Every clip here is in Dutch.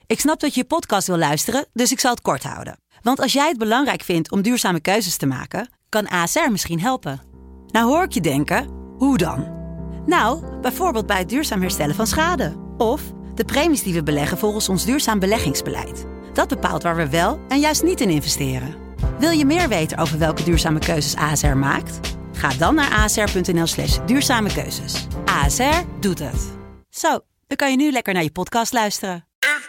Ik snap dat je podcast wil luisteren, dus ik zal het kort houden. Want als jij het belangrijk vindt om duurzame keuzes te maken, kan ASR misschien helpen. Nou hoor ik je denken, hoe dan? Nou, bijvoorbeeld bij het duurzaam herstellen van schade. Of de premies die we beleggen volgens ons duurzaam beleggingsbeleid. Dat bepaalt waar we wel en juist niet in investeren. Wil je meer weten over welke duurzame keuzes ASR maakt? Ga dan naar asr.nl/duurzame keuzes. ASR doet het. Zo, dan kan je nu lekker naar je podcast luisteren.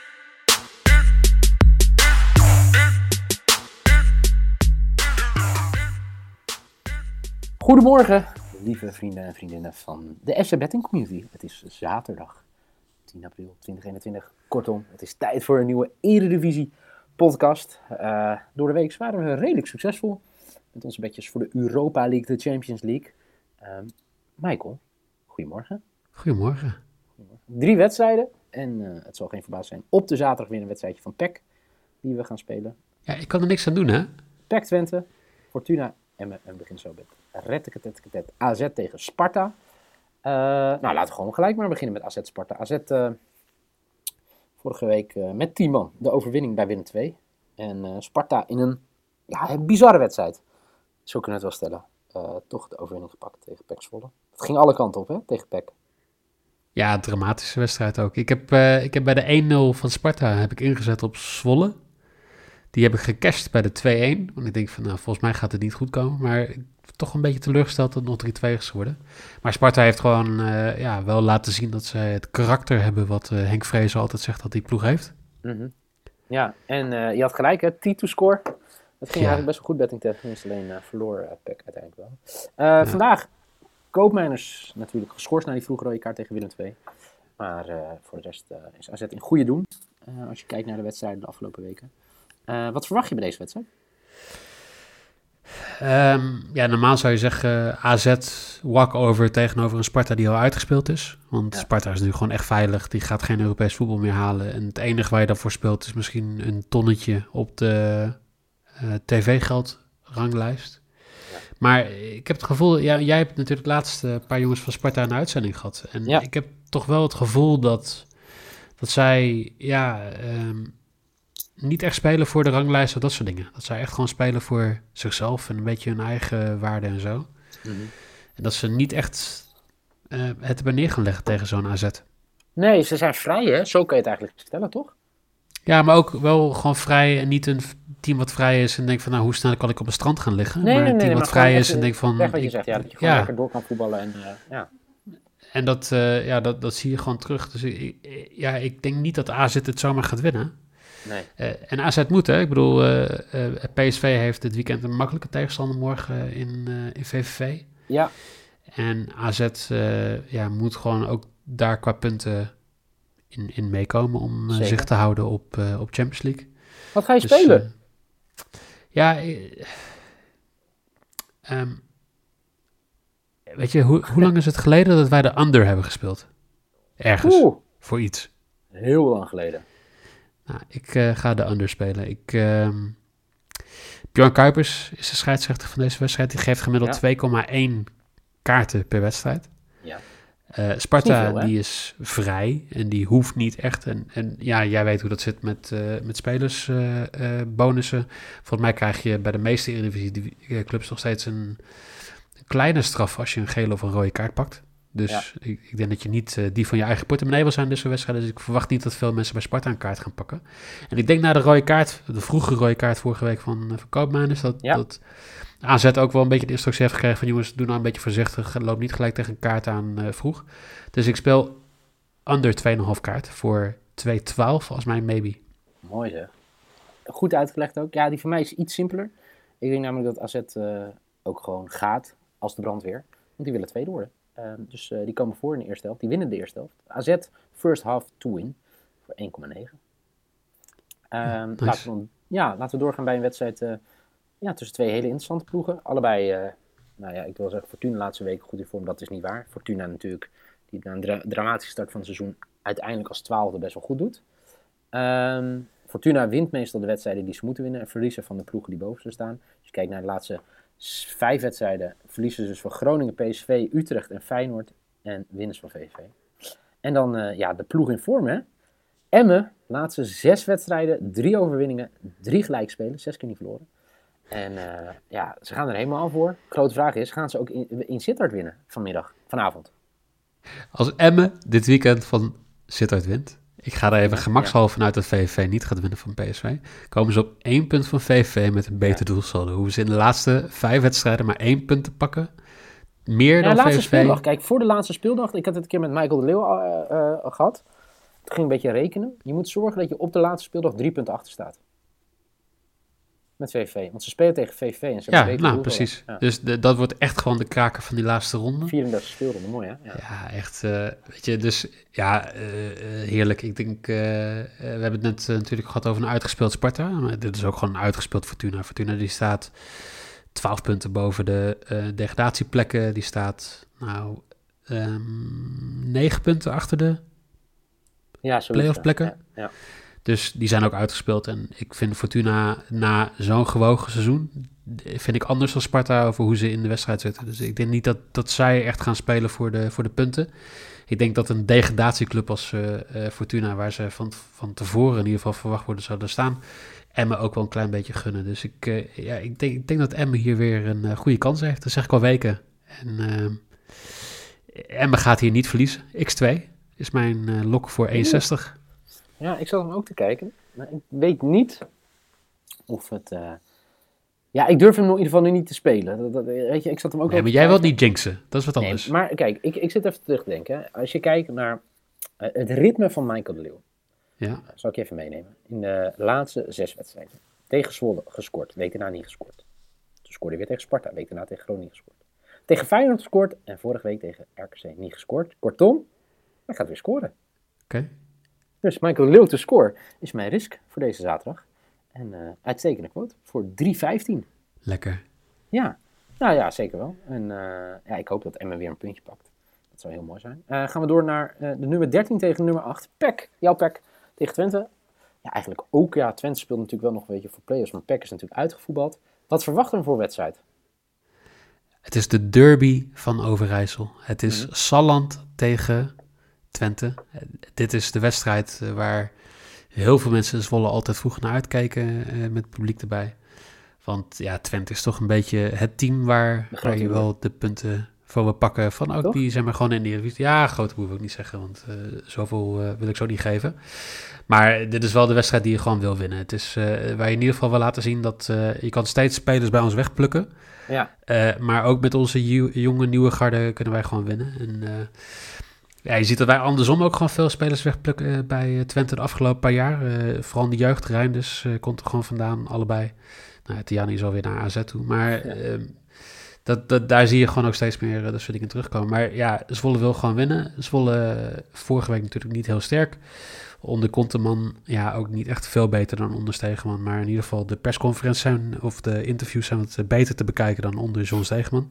Goedemorgen, lieve vrienden en vriendinnen van de FC Betting Community. Het is zaterdag 10 april 2021. Kortom, het is tijd voor een nieuwe Eredivisie podcast. Door de week waren we redelijk succesvol met onze bedjes voor de Europa League, de Champions League. Michael, goedemorgen. Goedemorgen. 3 wedstrijden en het zal geen verbaasd zijn. Op de zaterdag weer een wedstrijdje van PEC die we gaan spelen. Ja, ik kan er niks aan doen, hè? PEC Twente, Fortuna en begint zo met Retteketet AZ tegen Sparta. Laten we gewoon gelijk maar beginnen met AZ Sparta. AZ vorige week met 10 man de overwinning bij Willem II. En Sparta in een bizarre wedstrijd. Zo kunnen we het wel stellen. Toch de overwinning gepakt tegen PEC Zwolle. Het ging alle kanten op, hè, tegen PEC. Ja, dramatische wedstrijd ook. Ik heb bij de 1-0 van Sparta heb ik ingezet op Zwolle. Die heb ik gecashed bij de 2-1. Want ik denk van, volgens mij gaat het niet goed komen. Maar ik ben toch een beetje teleurgesteld dat het nog 3-2 is geworden. Maar Sparta heeft gewoon wel laten zien dat zij het karakter hebben wat Henk Vrezen altijd zegt dat die ploeg heeft. Mm-hmm. Ja, en je had gelijk, hè, T2-score. Dat ging eigenlijk best wel goed betting technisch, alleen verloor PEC uiteindelijk wel. Vandaag Koopmeiners natuurlijk geschorst naar die vroege rode kaart tegen Willem II. Maar voor de rest is AZ in goede doen. Als je kijkt naar de wedstrijden de afgelopen weken. Wat verwacht je bij deze wedstrijd? Normaal zou je zeggen AZ walkover tegenover een Sparta die al uitgespeeld is. Want Sparta is nu gewoon echt veilig. Die gaat geen Europees voetbal meer halen. En het enige waar je daarvoor speelt is misschien een tonnetje op de tv-geldranglijst. Ja. Maar ik heb het gevoel, jij hebt natuurlijk laatst een paar jongens van Sparta in de uitzending gehad. En ik heb toch wel het gevoel dat zij niet echt spelen voor de ranglijst of dat soort dingen. Dat zij echt gewoon spelen voor zichzelf en een beetje hun eigen waarde en zo. Mm-hmm. En dat ze niet echt het erbij neer gaan leggen tegen zo'n AZ. Nee, ze zijn vrij, hè? Zo kan je het eigenlijk stellen, toch? Ja, maar ook wel gewoon vrij en niet een team wat vrij is en denkt van, hoe snel kan ik op het strand gaan liggen? Nee, maar een team wat vrij is en denkt van... Zeg wat je zegt, dat je gewoon lekker door kan voetballen en En dat zie je gewoon terug. Dus ik denk niet dat AZ het zomaar gaat winnen. Nee. En AZ moet, hè. Ik bedoel, PSV heeft dit weekend een makkelijke tegenstander morgen in VVV. Ja. En AZ moet gewoon ook daar qua punten in meekomen om zich te houden op Champions League. Wat ga je spelen? Weet je, hoe lang is het geleden dat wij de under hebben gespeeld? Ergens, voor iets. Heel lang geleden. Nou, ik ga de under spelen. Björn Kuipers is de scheidsrechter van deze wedstrijd. Die geeft gemiddeld 2,1 kaarten per wedstrijd. Ja. Sparta die is vrij en die hoeft niet echt. En jij weet hoe dat zit met spelersbonussen. Volgens mij krijg je bij de meeste Eredivisie-clubs nog steeds een kleine straf als je een gele of een rode kaart pakt. Dus ik denk dat je niet die van je eigen portemonnee wil zijn deze wedstrijd. Dus ik verwacht niet dat veel mensen bij Sparta een kaart gaan pakken. En ik denk na de rode kaart, de vroege rode kaart vorige week van Koopmeiners, dat AZ ook wel een beetje de instructie heeft gekregen van jongens, doe nou een beetje voorzichtig. Loop niet gelijk tegen een kaart aan vroeg. Dus ik speel under 2,5 kaart voor 2,12 als mijn maybe. Mooi zeg. Goed uitgelegd ook. Ja, die van mij is iets simpeler. Ik denk namelijk dat AZ ook gewoon gaat als de brandweer. Want die willen tweede worden. Dus die komen voor in de eerste helft. Die winnen de eerste helft. AZ first half to win voor 1,9. Nice. Laten we doorgaan bij een wedstrijd tussen 2 hele interessante ploegen. Allebei, ik wil zeggen Fortuna laatste week goed in vorm. Dat is niet waar. Fortuna natuurlijk, die na een dramatische start van het seizoen uiteindelijk als 12e best wel goed doet. Fortuna wint meestal de wedstrijden die ze moeten winnen en verliezen van de ploegen die boven ze staan. Als je kijkt naar de laatste 5 wedstrijden, verliezen ze dus van Groningen, PSV, Utrecht en Feyenoord en winnen ze van VVV. En dan de ploeg in vorm, hè? Emmen, laatste 6 wedstrijden, 3 overwinningen, 3 gelijkspelen, 6 keer niet verloren. En ze gaan er helemaal voor. Grote vraag is, gaan ze ook in Sittard winnen vanavond? Als Emmen dit weekend van Sittard wint, ik ga er even gemakshalve vanuit dat VVV niet gaat winnen van PSV, komen ze op 1 punt van VVV met een beter doelsaldo. Hoeven ze in de laatste 5 wedstrijden maar 1 punt te pakken. Meer dan laatste VVV. Speeldag. Kijk, voor de laatste speeldag, ik had het een keer met Michael de Leeuw gehad. Het ging een beetje rekenen. Je moet zorgen dat je op de laatste speeldag 3 punten achter staat. Met VVV. Want ze spelen tegen VVV. En ze precies. Ja. Dus dat wordt echt gewoon de kraker van die laatste ronde. 34 speelronde, mooi hè? Ja, echt. Weet je, dus heerlijk. Ik denk, we hebben het net natuurlijk gehad over een uitgespeeld Sparta. Maar dit is ook gewoon een uitgespeeld Fortuna. Fortuna die staat 12 punten boven de degradatieplekken. Die staat 9 punten achter de playoff plekken. Ja. Dus die zijn ook uitgespeeld. En ik vind Fortuna na zo'n gewogen seizoen, vind ik anders dan Sparta over hoe ze in de wedstrijd zitten. Dus ik denk niet dat zij echt gaan spelen voor de punten. Ik denk dat een degradatieclub als Fortuna, waar ze van tevoren in ieder geval verwacht worden zouden staan, Emmen ook wel een klein beetje gunnen. Dus ik denk dat Emmen hier weer een goede kans heeft. Dat zeg ik al weken. En Emmen gaat hier niet verliezen. X2 is mijn lok voor 1,60. Ja, ik zat hem ook te kijken. Maar ik weet niet of het... ik durf hem in ieder geval nu niet te spelen. Weet je, ik zat hem ook... Nee, maar jij wilt niet jinxen. Dat is wat anders. Nee, maar kijk, ik zit even terug te denken. Als je kijkt naar het ritme van Michael de Leeuw. Ja. Zal ik je even meenemen. In de laatste 6 wedstrijden. Tegen Zwolle gescoord, week daarna niet gescoord. Toen scoorde hij weer tegen Sparta, week daarna tegen Groningen gescoord. Tegen Feyenoord gescoord en vorige week tegen RKC niet gescoord. Kortom, hij gaat weer scoren. Oké. Dus Michael de Leeuw te score is mijn risk voor deze zaterdag. En uitstekende quote voor 3,15. Lekker. Ja, nou ja, zeker wel. En ik hoop dat Emmen weer een puntje pakt. Dat zou heel mooi zijn. Gaan we door naar de nummer 13 tegen nummer 8. PEC, jouw PEC tegen Twente. Ja, eigenlijk ook. Ja, Twente speelt natuurlijk wel nog een beetje voor play-offs, maar PEC is natuurlijk uitgevoetbald. Wat verwachten we voor wedstrijd? Het is de derby van Overijssel. Het is Salland tegen Twente. Dit is de wedstrijd waar heel veel mensen in Zwolle altijd vroeg naar uitkijken met het publiek erbij. Want ja, Twente is toch een beetje het team waar je wel de punten voor wil pakken. Van ook die zijn maar gewoon in de Eredivisie. Ja, grote boer wil ik niet zeggen, want zoveel wil ik zo niet geven. Maar dit is wel de wedstrijd die je gewoon wil winnen. Het is waar je in ieder geval wil laten zien dat je kan steeds spelers bij ons wegplukken. Ja. Maar ook met onze jonge nieuwe garde kunnen wij gewoon winnen. En je ziet dat wij andersom ook gewoon veel spelers wegplukken bij Twente de afgelopen paar jaar. Vooral in de jeugd. Reinders komt er gewoon vandaan, allebei. Nou, Tiani is alweer naar AZ toe. Maar daar zie je gewoon ook steeds meer dat soort dingen terugkomen. Maar ja, Zwolle wil gewoon winnen. Zwolle vorige week natuurlijk niet heel sterk. Onder Konteman ook niet echt veel beter dan onder Stegeman. Maar in ieder geval de persconferenties of de interviews zijn wat beter te bekijken dan onder John Stegeman.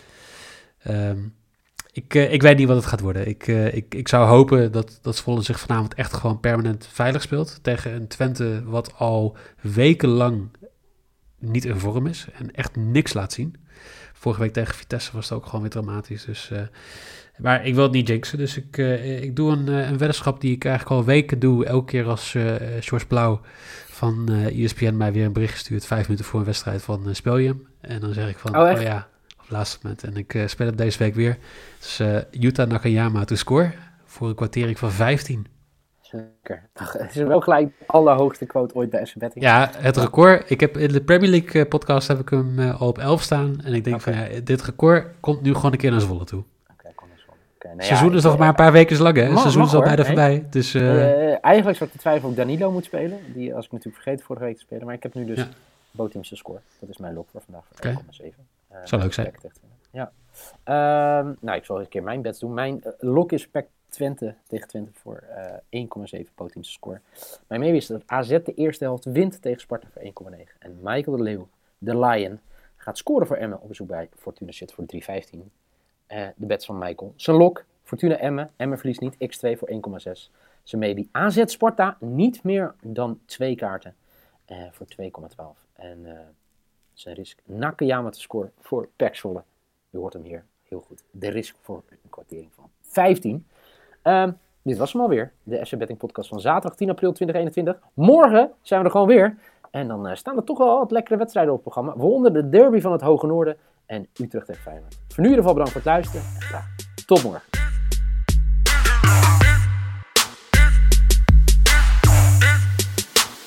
Ik weet niet wat het gaat worden. Ik zou hopen dat Zwolle zich vanavond echt gewoon permanent veilig speelt. Tegen een Twente wat al wekenlang niet in vorm is. En echt niks laat zien. Vorige week tegen Vitesse was het ook gewoon weer dramatisch. Dus, maar ik wil het niet jinxen. Dus ik doe een weddenschap die ik eigenlijk al weken doe. Elke keer als George Blauw van ESPN mij weer een bericht stuurt. 5 minuten voor een wedstrijd van speel je hem. En dan zeg ik van, op het laatste moment. En ik speel hem deze week weer. Dus Yuta Nakayama to score. Voor een kwartering van 15. Zeker. Het is wel gelijk de allerhoogste quote ooit bij SC Betting. Ja, het record. Ik heb in de Premier League podcast heb ik hem al op 11 staan. En ik denk van dit record komt nu gewoon een keer naar Zwolle toe. Kom naar Zwolle. Nee, seizoen is nog maar een paar weken lang, hè? Het seizoen is al bijna voorbij. Dus, eigenlijk zou ik te twijfelen of Danilo moet spelen. Die was ik natuurlijk vergeten vorige week te spelen. Maar ik heb nu dus Boteams score. Dat is mijn lok voor vandaag voor 1,7. Zou leuk zijn. Ja. Ik zal eens een keer mijn bets doen. Mijn lok is PEC Twente tegen Twente voor 1,7 Boteams score. Mijn maybe is dat AZ de eerste helft wint tegen Sparta voor 1,9. En Michael de Leeuw, de Lion, gaat scoren voor Emmen op bezoek bij Fortuna Sittard voor 3,15. De bets van Michael. Zijn lok, Fortuna Emmen. Emmen verliest niet, x2 voor 1,6. Zijn maybe AZ Sparta, niet meer dan 2 kaarten voor 2,12. En zijn risk Nakayama te scoren voor PEC Zwolle. Je hoort hem hier heel goed. De risk voor een kwartering van 15. Dit was hem alweer. De FC Betting podcast van zaterdag 10 april 2021. Morgen zijn we er gewoon weer. En dan staan er toch wel wat lekkere wedstrijden op het programma. Waaronder de derby van het Hoge Noorden en Utrecht tegen Feyenoord. Voor nu in ieder geval bedankt voor het luisteren. En graag tot morgen.